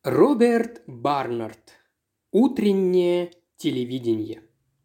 Роберт Барнард. Утреннее телевидение.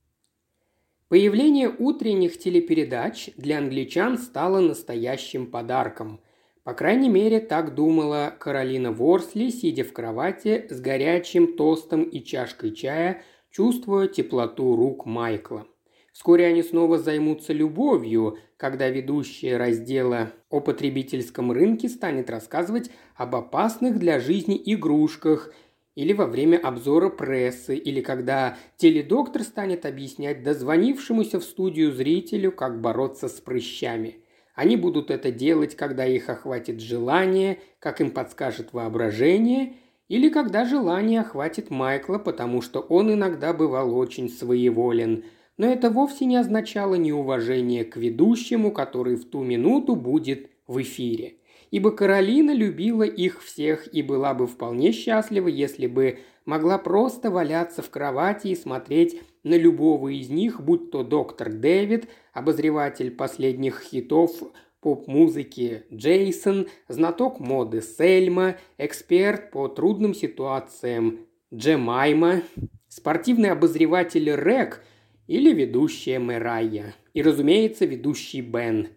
Появление утренних телепередач для англичан стало настоящим подарком. По крайней мере, так думала Каролина Ворсли, сидя в кровати с горячим тостом и чашкой чая, чувствуя теплоту рук Майкла. Вскоре они снова займутся любовью, когда ведущая раздела о потребительском рынке станет рассказывать об опасных для жизни игрушках, или во время обзора прессы, или когда теледоктор станет объяснять дозвонившемуся в студию зрителю, как бороться с прыщами. Они будут это делать, когда их охватит желание, как им подскажет воображение, или когда желание охватит Майкла, потому что он иногда бывал очень своеволен. Но это вовсе не означало неуважение к ведущему, который в ту минуту будет в эфире. Ибо Каролина любила их всех и была бы вполне счастлива, если бы могла просто валяться в кровати и смотреть на любого из них, будь то доктор Дэвид, обозреватель последних хитов поп-музыки Джейсон, знаток моды Сельма, эксперт по трудным ситуациям Джемайма, спортивный обозреватель Рек или ведущая Мэрайя. И, разумеется, ведущий Бен.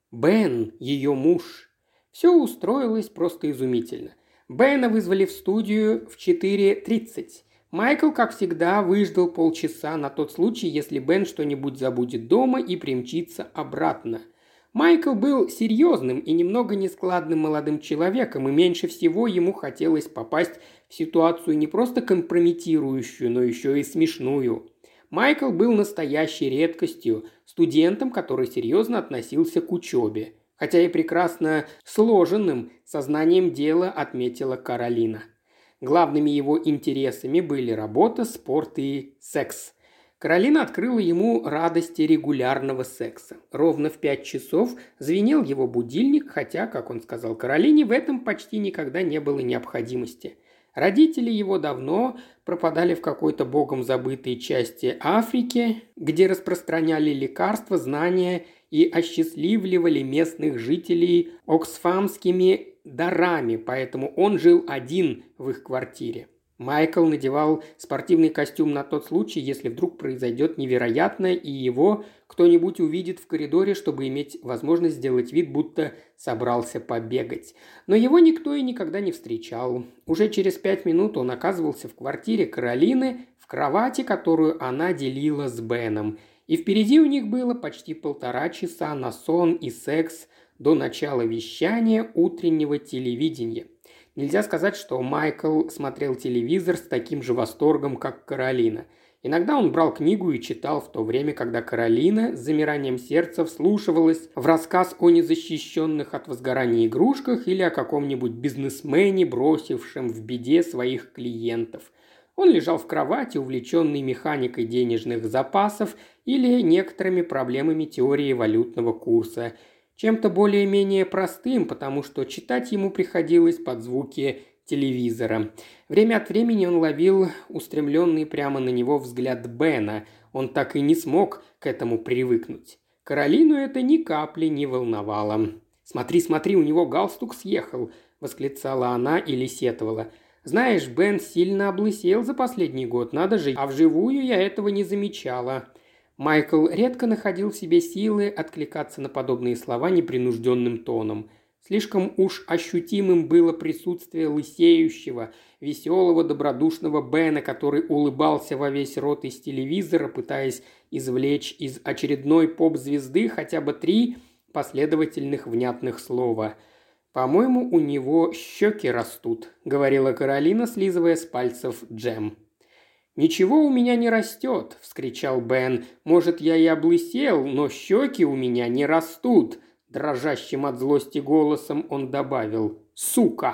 Бен, ее муж. Все устроилось просто изумительно. Бена вызвали в студию в 4:30. Майкл, как всегда, выждал полчаса на тот случай, если Бен что-нибудь забудет дома и примчится обратно. Майкл был серьезным и немного нескладным молодым человеком, и меньше всего ему хотелось попасть в ситуацию не просто компрометирующую, но еще и смешную. Майкл был настоящей редкостью, студентом, который серьезно относился к учебе. Хотя и прекрасно сложенным сознанием дела, отметила Каролина. Главными его интересами были работа, спорт и секс. Каролина открыла ему радости регулярного секса. Ровно в 5 часов звенел его будильник, хотя, как он сказал Каролине, в этом почти никогда не было необходимости. Родители его давно пропадали в какой-то богом забытой части Африки, где распространяли лекарства, знания и осчастливливали местных жителей оксфамскими дарами, поэтому он жил один в их квартире. Майкл надевал спортивный костюм на тот случай, если вдруг произойдет невероятное, и его кто-нибудь увидит в коридоре, чтобы иметь возможность сделать вид, будто собрался побегать. Но его никто и никогда не встречал. Уже через 5 минут он оказывался в квартире Каролины, в кровати, которую она делила с Беном. И впереди у них было почти 1,5 часа на сон и секс до начала вещания утреннего телевидения. Нельзя сказать, что Майкл смотрел телевизор с таким же восторгом, как Каролина. Иногда он брал книгу и читал в то время, когда Каролина с замиранием сердца вслушивалась в рассказ о незащищенных от возгорания игрушках или о каком-нибудь бизнесмене, бросившем в беде своих клиентов. Он лежал в кровати, увлеченный механикой денежных запасов или некоторыми проблемами теории валютного курса – чем-то более-менее простым, потому что читать ему приходилось под звуки телевизора. Время от времени он ловил устремленный прямо на него взгляд Бена. Он так и не смог к этому привыкнуть. Каролину это ни капли не волновало. «Смотри, смотри, у него галстук съехал!» – восклицала она или сетовала. «Знаешь, Бен сильно облысел за последний год, надо же, а вживую я этого не замечала». Майкл редко находил в себе силы откликаться на подобные слова непринужденным тоном. Слишком уж ощутимым было присутствие лысеющего, веселого, добродушного Бена, который улыбался во весь рот из телевизора, пытаясь извлечь из очередной поп-звезды хотя бы 3 последовательных внятных слова. «По-моему, у него щеки растут», — говорила Каролина, слизывая с пальцев джем. «Ничего у меня не растет!» – вскричал Бен. «Может, я и облысел, но щеки у меня не растут!» Дрожащим от злости голосом он добавил: «Сука!»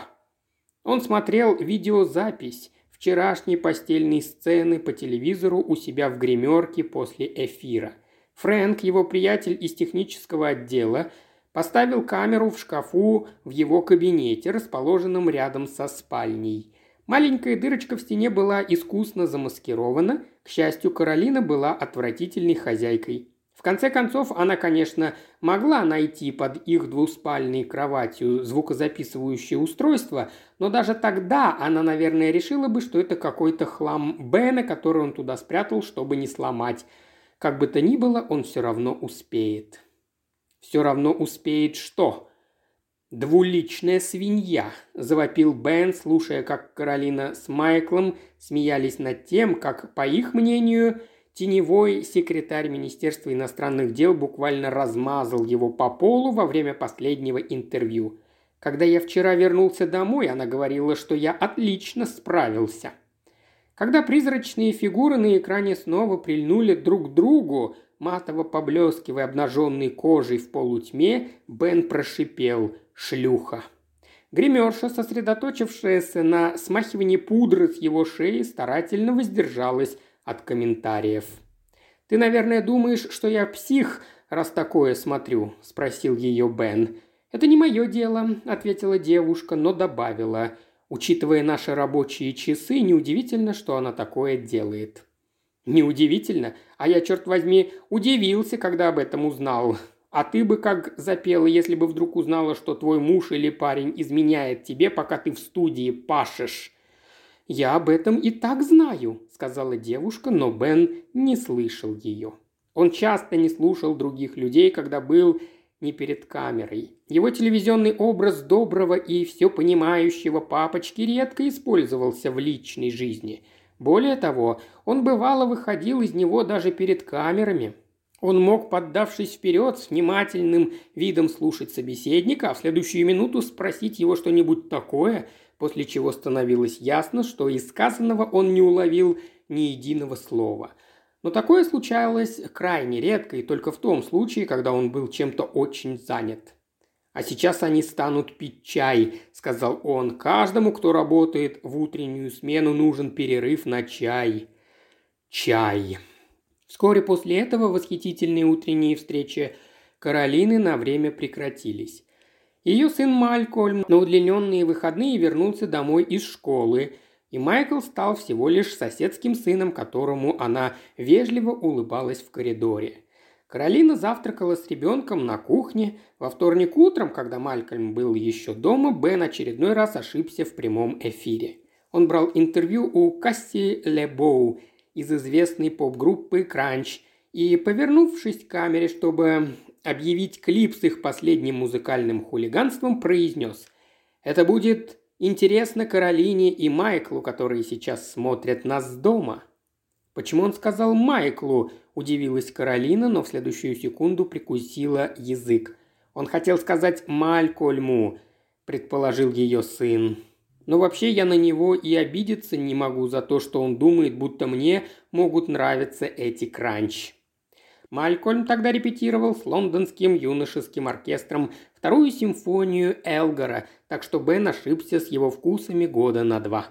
Он смотрел видеозапись вчерашней постельной сцены по телевизору у себя в гримерке после эфира. Фрэнк, его приятель из технического отдела, поставил камеру в шкафу в его кабинете, расположенном рядом со спальней. Маленькая дырочка в стене была искусно замаскирована. К счастью, Каролина была отвратительной хозяйкой. В конце концов, она, конечно, могла найти под их двуспальной кроватью звукозаписывающее устройство, но даже тогда она, наверное, решила бы, что это какой-то хлам Бена, который он туда спрятал, чтобы не сломать. Как бы то ни было, он все равно успеет. Все равно успеет что? «Двуличная свинья», – завопил Бен, слушая, как Каролина с Майклом смеялись над тем, как, по их мнению, теневой секретарь Министерства иностранных дел буквально размазал его по полу во время последнего интервью. «Когда я вчера вернулся домой, она говорила, что я отлично справился». Когда призрачные фигуры на экране снова прильнули друг к другу, матово поблескивая обнаженной кожей в полутьме, Бен прошипел «Шлюха». Гримерша, сосредоточившаяся на смахивании пудры с его шеи, старательно воздержалась от комментариев. «Ты, наверное, думаешь, что я псих, раз такое смотрю?» – спросил ее Бен. «Это не мое дело», – ответила девушка, но добавила – учитывая наши рабочие часы, неудивительно, что она такое делает. Неудивительно? А я, черт возьми, удивился, когда об этом узнал. А ты бы как запела, если бы вдруг узнала, что твой муж или парень изменяет тебе, пока ты в студии пашешь. «Я об этом и так знаю», – сказала девушка, но Бен не слышал ее. Он часто не слушал других людей, когда был не перед камерой. Его телевизионный образ доброго и все понимающего папочки редко использовался в личной жизни. Более того, он бывало выходил из него даже перед камерами. Он мог, поддавшись вперед, с внимательным видом слушать собеседника, а в следующую минуту спросить его что-нибудь такое, после чего становилось ясно, что из сказанного он не уловил ни единого слова – но такое случалось крайне редко и только в том случае, когда он был чем-то очень занят. «А сейчас они станут пить чай», – сказал он. «Каждому, кто работает в утреннюю смену, нужен перерыв на чай». Чай. Вскоре после этого восхитительные утренние встречи Каролины на время прекратились. Ее сын Малькольм на удлиненные выходные вернулся домой из школы, и Майкл стал всего лишь соседским сыном, которому она вежливо улыбалась в коридоре. Каролина завтракала с ребенком на кухне. Во вторник утром, когда Малькольм был еще дома, Бен очередной раз ошибся в прямом эфире. Он брал интервью у Касси Лебоу из известной поп-группы «Кранч» и, повернувшись к камере, чтобы объявить клип с их последним музыкальным хулиганством, произнес «Это будет интересно Каролине и Майклу, которые сейчас смотрят нас дома». «Почему он сказал Майклу?» – удивилась Каролина, но в следующую секунду прикусила язык. «Он хотел сказать Малькольму», – предположил ее сын. «Но вообще я на него и обидеться не могу за то, что он думает, будто мне могут нравиться эти кранч». Малькольм тогда репетировал с лондонским юношеским оркестром вторую симфонию Элгара, так что Бен ошибся с его вкусами года на 2.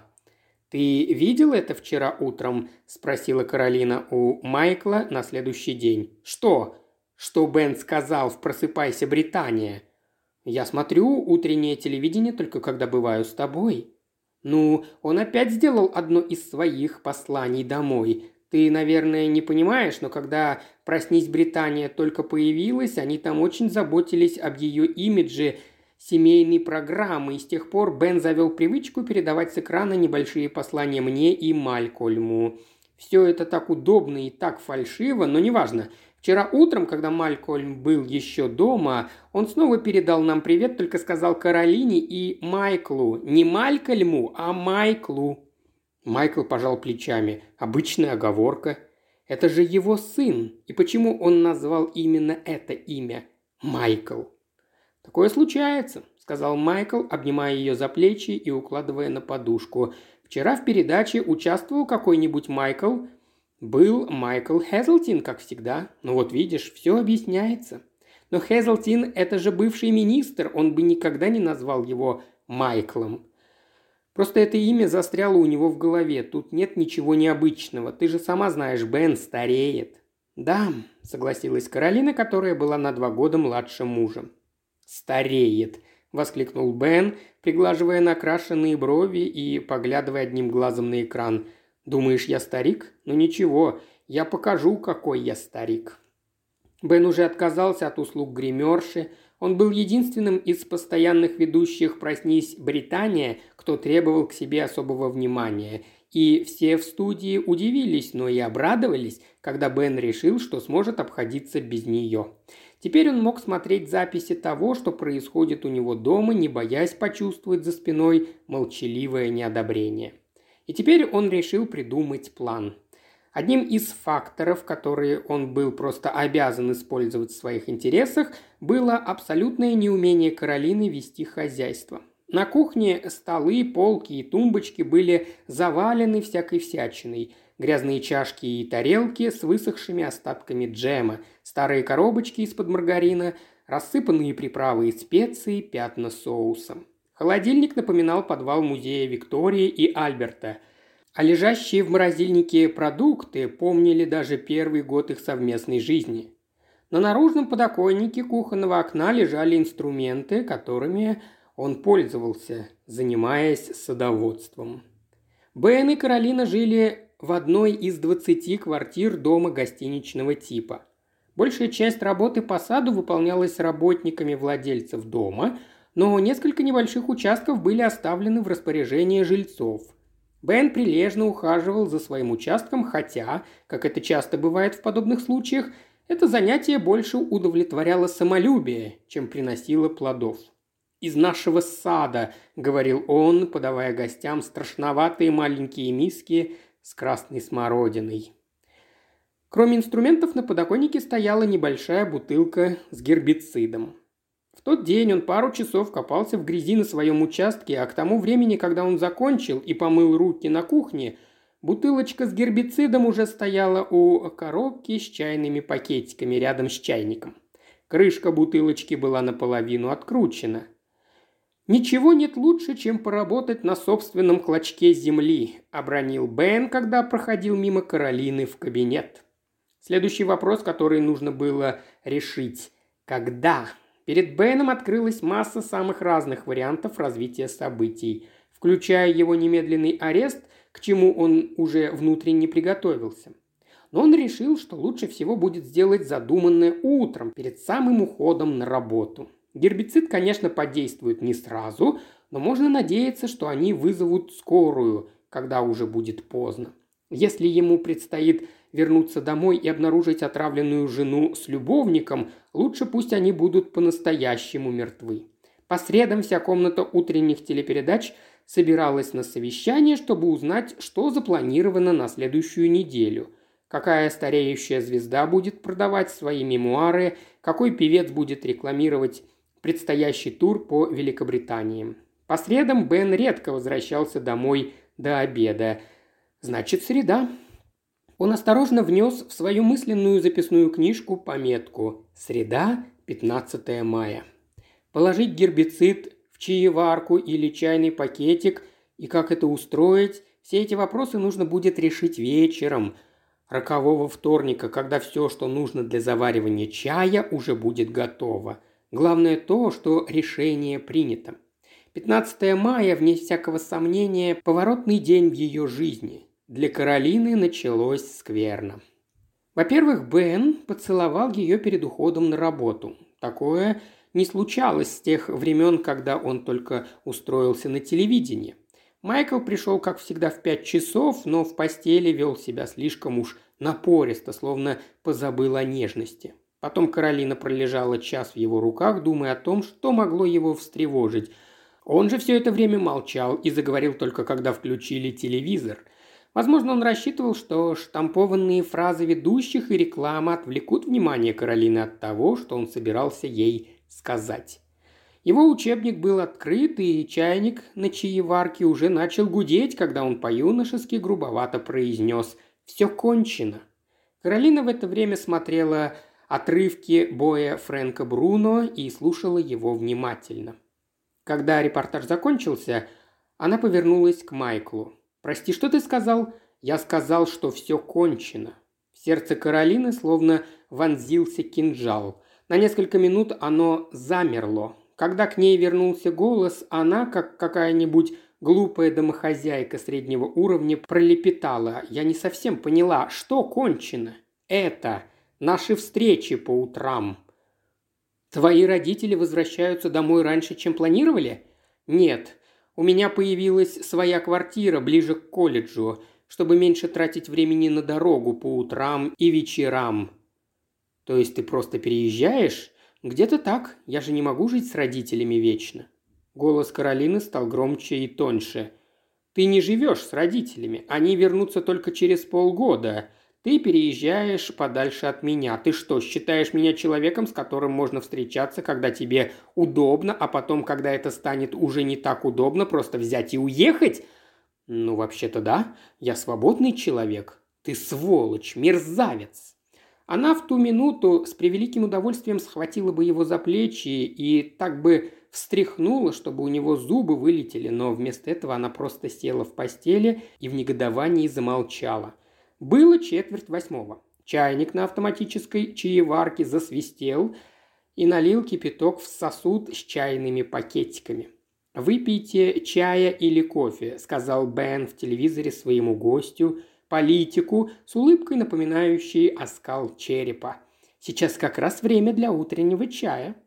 «Ты видел это вчера утром?» – спросила Каролина у Майкла на следующий день. «Что? Что Бен сказал в «Просыпайся, Британия»?» «Я смотрю утреннее телевидение только когда бываю с тобой». «Ну, он опять сделал одно из своих посланий домой. Ты, наверное, не понимаешь, но когда «Проснись, Британия» только появилась, они там очень заботились об ее имидже семейной программы, и с тех пор Бен завел привычку передавать с экрана небольшие послания мне и Малькольму. Все это так удобно и так фальшиво, но неважно. Вчера утром, когда Малькольм был еще дома, он снова передал нам привет, только сказал Каролине и Майклу. Не Малькольму, а Майклу. Майкл пожал плечами. Обычная оговорка. Это же его сын. И почему он назвал именно это имя? Майкл. «Такое случается», – сказал Майкл, обнимая ее за плечи и укладывая на подушку. «Вчера в передаче участвовал какой-нибудь Майкл?» «Был Майкл Хезлтин, как всегда. Ну вот видишь, все объясняется». «Но Хезлтин – это же бывший министр, он бы никогда не назвал его Майклом». «Просто это имя застряло у него в голове. Тут нет ничего необычного. Ты же сама знаешь, Бен стареет». «Да», – согласилась Каролина, которая была на 2 года младше мужа. «Стареет», – воскликнул Бен, приглаживая накрашенные брови и поглядывая одним глазом на экран. «Думаешь, я старик? Ну ничего, я покажу, какой я старик». Бен уже отказался от услуг гримерши. Он был единственным из постоянных ведущих «Проснись, Британия», кто требовал к себе особого внимания. И все в студии удивились, но и обрадовались, когда Бен решил, что сможет обходиться без нее. Теперь он мог смотреть записи того, что происходит у него дома, не боясь почувствовать за спиной молчаливое неодобрение. И теперь он решил придумать план. Одним из факторов, которые он был просто обязан использовать в своих интересах, было абсолютное неумение Каролины вести хозяйство. На кухне столы, полки и тумбочки были завалены всякой всячиной. Грязные чашки и тарелки с высохшими остатками джема, старые коробочки из-под маргарина, рассыпанные приправы и специи, пятна соуса. Холодильник напоминал подвал музея Виктории и Альберта, а лежащие в морозильнике продукты помнили даже первый год их совместной жизни. На наружном подоконнике кухонного окна лежали инструменты, которыми он пользовался, занимаясь садоводством. Бен и Каролина жили в одной из 20 квартир дома гостиничного типа. Большая часть работы по саду выполнялась работниками владельцев дома, но несколько небольших участков были оставлены в распоряжении жильцов. Бен прилежно ухаживал за своим участком, хотя, как это часто бывает в подобных случаях, это занятие больше удовлетворяло самолюбие, чем приносило плодов. «Из нашего сада», — говорил он, подавая гостям страшноватые маленькие миски с красной смородиной. Кроме инструментов на подоконнике стояла небольшая бутылка с гербицидом. В тот день он пару часов копался в грязи на своем участке, а к тому времени, когда он закончил и помыл руки на кухне, бутылочка с гербицидом уже стояла у коробки с чайными пакетиками рядом с чайником. Крышка бутылочки была наполовину откручена. «Ничего нет лучше, чем поработать на собственном клочке земли», – обронил Бен, когда проходил мимо Каролины в кабинет. Следующий вопрос, который нужно было решить – когда? Перед Беном открылась масса самых разных вариантов развития событий, включая его немедленный арест, к чему он уже внутренне приготовился. Но он решил, что лучше всего будет сделать задуманное утром, перед самым уходом на работу. Гербицид, конечно, подействует не сразу, но можно надеяться, что они вызовут скорую, когда уже будет поздно. Если ему предстоит вернуться домой и обнаружить отравленную жену с любовником, лучше пусть они будут по-настоящему мертвы. По средам вся комната утренних телепередач собиралась на совещание, чтобы узнать, что запланировано на следующую неделю. Какая стареющая звезда будет продавать свои мемуары, какой певец будет рекламировать предстоящий тур по Великобритании. По средам Бен редко возвращался домой до обеда. Значит, среда. Он осторожно внес в свою мысленную записную книжку пометку «Среда, 15 мая». Положить гербицид в чаеварку или чайный пакетик и как это устроить – все эти вопросы нужно будет решить вечером, рокового вторника, когда все, что нужно для заваривания чая, уже будет готово. Главное то, что решение принято. 15 мая, вне всякого сомнения, поворотный день в ее жизни. Для Каролины началось скверно. Во-первых, Бен поцеловал ее перед уходом на работу. Такое не случалось с тех времен, когда он только устроился на телевидении. Майкл пришел, как всегда, в 5 часов, но в постели вел себя слишком уж напористо, словно позабыл о нежности. Потом Каролина пролежала час в его руках, думая о том, что могло его встревожить. Он же все это время молчал и заговорил только когда включили телевизор. Возможно, он рассчитывал, что штампованные фразы ведущих и реклама отвлекут внимание Каролины от того, что он собирался ей сказать. Его учебник был открыт, и чайник на чаеварке уже начал гудеть, когда он по-юношески грубовато произнес «Все кончено». Каролина в это время смотрела отрывки боя Фрэнка Бруно и слушала его внимательно. Когда репортаж закончился, она повернулась к Майклу. «Прости, что ты сказал?» «Я сказал, что все кончено». В сердце Каролины словно вонзился кинжал. На несколько минут оно замерло. Когда к ней вернулся голос, она, как какая-нибудь глупая домохозяйка среднего уровня, пролепетала. «Я не совсем поняла, что кончено?» «Это», Наши встречи по утрам. Твои родители возвращаются домой раньше, чем планировали? Нет. У меня появилась своя квартира ближе к колледжу, чтобы меньше тратить времени на дорогу по утрам и вечерам. То есть ты просто переезжаешь? Где-то так. Я же не могу жить с родителями вечно. Голос Каролины стал громче и тоньше. Ты не живешь с родителями. Они вернутся только через полгода. Ты переезжаешь подальше от меня. Ты что, считаешь меня человеком, с которым можно встречаться, когда тебе удобно, а потом, когда это станет уже не так удобно, просто взять и уехать? Ну, вообще-то да. Я свободный человек. Ты сволочь, мерзавец. Она в ту минуту с превеликим удовольствием схватила бы его за плечи и так бы встряхнула, чтобы у него зубы вылетели, но вместо этого она просто села в постели и в негодовании замолчала. Было 7:45. Чайник на автоматической чаеварке засвистел и налил кипяток в сосуд с чайными пакетиками. «Выпейте чая или кофе», – сказал Бен в телевизоре своему гостю, политику, с улыбкой, напоминающей оскал черепа. «Сейчас как раз время для утреннего чая».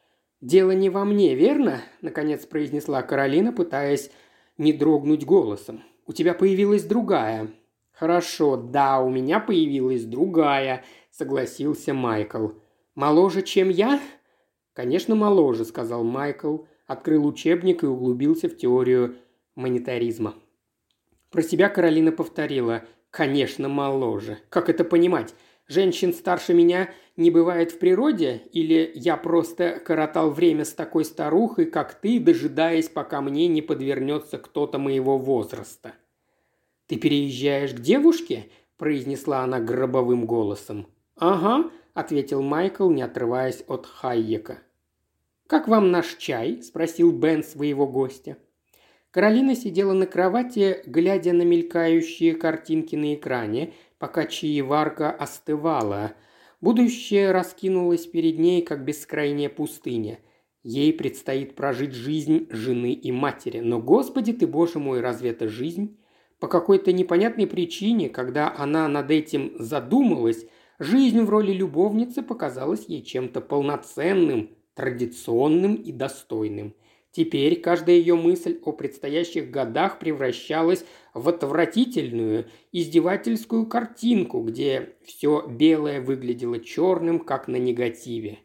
«Дело не во мне, верно?» – наконец произнесла Каролина, пытаясь не дрогнуть голосом. «У тебя появилась другая». «Хорошо, да, у меня появилась другая», – согласился Майкл. «Моложе, чем я?» «Конечно, моложе», – сказал Майкл, открыл учебник и углубился в теорию монетаризма. Про себя Каролина повторила: «Конечно, моложе. Как это понимать? Женщин старше меня не бывает в природе? Или я просто коротал время с такой старухой, как ты, дожидаясь, пока мне не подвернется кто-то моего возраста?» «Ты переезжаешь к девушке?» – произнесла она гробовым голосом. «Ага», – ответил Майкл, не отрываясь от Хайека. «Как вам наш чай?» – спросил Бен своего гостя. Каролина сидела на кровати, глядя на мелькающие картинки на экране, пока чаеварка остывала. Будущее раскинулось перед ней, как бескрайняя пустыня. Ей предстоит прожить жизнь жены и матери. Но, Господи ты, Боже мой, разве это жизнь? По какой-то непонятной причине, когда она над этим задумалась, жизнь в роли любовницы показалась ей чем-то полноценным, традиционным и достойным. Теперь каждая ее мысль о предстоящих годах превращалась в отвратительную, издевательскую картинку, где все белое выглядело черным, как на негативе.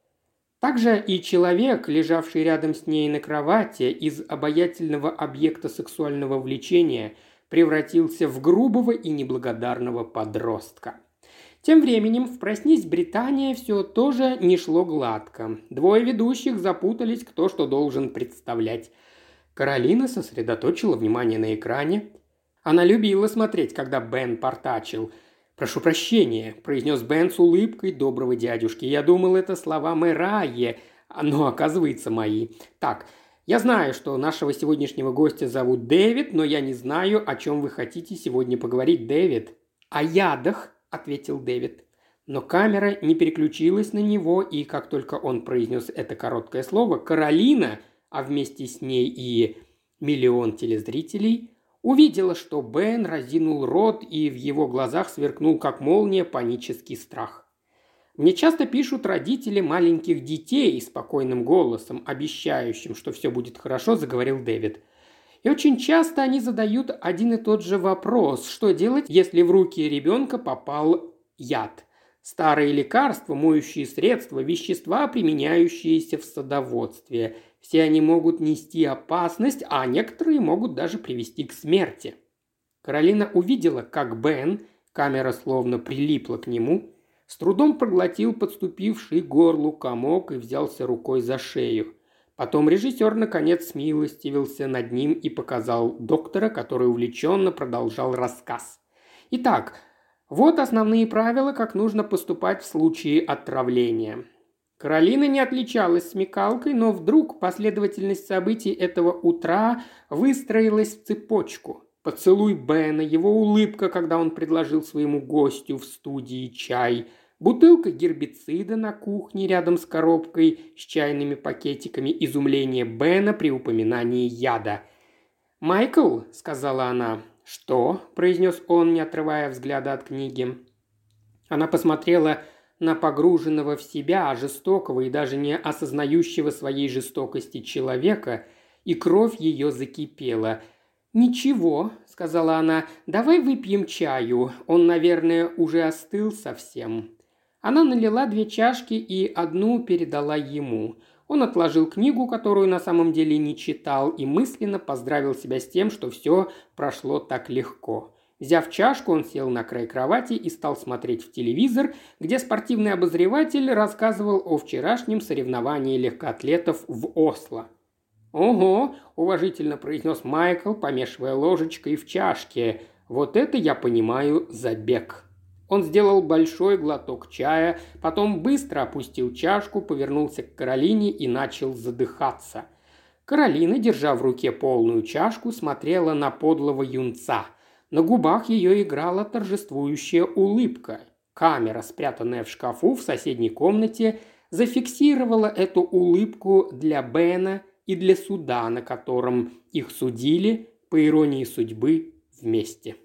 Также и человек, лежавший рядом с ней на кровати, из обаятельного объекта сексуального влечения превратился в грубого и неблагодарного подростка. Тем временем в «Проснись, Британия» все тоже не шло гладко. Двое ведущих запутались, кто что должен представлять. Каролина сосредоточила внимание на экране. Она любила смотреть, когда Бен портачил. «Прошу прощения», – произнес Бен с улыбкой доброго дядюшки. «Я думал, это слова Мэрайи, но оказывается мои. Так, я знаю, что нашего сегодняшнего гостя зовут Дэвид, но я не знаю, о чем вы хотите сегодня поговорить, Дэвид». «О ядах», – ответил Дэвид. Но камера не переключилась на него, и как только он произнес это короткое слово, Каролина, а вместе с ней и миллион телезрителей, увидела, что Бен разинул рот, и в его глазах сверкнул, как молния, панический страх. «Мне часто пишут родители маленьких детей», – спокойным голосом, обещающим, что все будет хорошо, заговорил Дэвид. «И очень часто они задают один и тот же вопрос: что делать, если в руки ребенка попал яд? Старые лекарства, моющие средства, вещества, применяющиеся в садоводстве. Все они могут нести опасность, а некоторые могут даже привести к смерти». Каролина увидела, как Бен, камера словно прилипла к нему, с трудом проглотил подступивший к горлу комок и взялся рукой за шею. Потом режиссер наконец смилостивился над ним и показал доктора, который увлеченно продолжал рассказ. «Итак, вот основные правила, как нужно поступать в случае отравления». Каролина не отличалась смекалкой, но вдруг последовательность событий этого утра выстроилась в цепочку. Поцелуй Бена, его улыбка, когда он предложил своему гостю в студии чай, бутылка гербицида на кухне рядом с коробкой с чайными пакетиками, изумление Бена при упоминании яда. «Майкл», — сказала она. «Что?» – произнес он, не отрывая взгляда от книги. Она посмотрела на погруженного в себя, жестокого и даже не осознающего своей жестокости человека, и кровь ее закипела. «Ничего», — сказала она, — «давай выпьем чаю, он, наверное, уже остыл совсем». Она налила 2 чашки и одну передала ему. Он отложил книгу, которую на самом деле не читал, и мысленно поздравил себя с тем, что все прошло так легко. Взяв чашку, он сел на край кровати и стал смотреть в телевизор, где спортивный обозреватель рассказывал о вчерашнем соревновании легкоатлетов в Осло. «Ого!» – уважительно произнес Майкл, помешивая ложечкой в чашке. «Вот это я понимаю забег!» Он сделал большой глоток чая, потом быстро опустил чашку, повернулся к Каролине и начал задыхаться. Каролина, держа в руке полную чашку, смотрела на подлого юнца. На губах ее играла торжествующая улыбка. Камера, спрятанная в шкафу в соседней комнате, зафиксировала эту улыбку для Бена и для суда, на котором их судили, по иронии судьбы, вместе.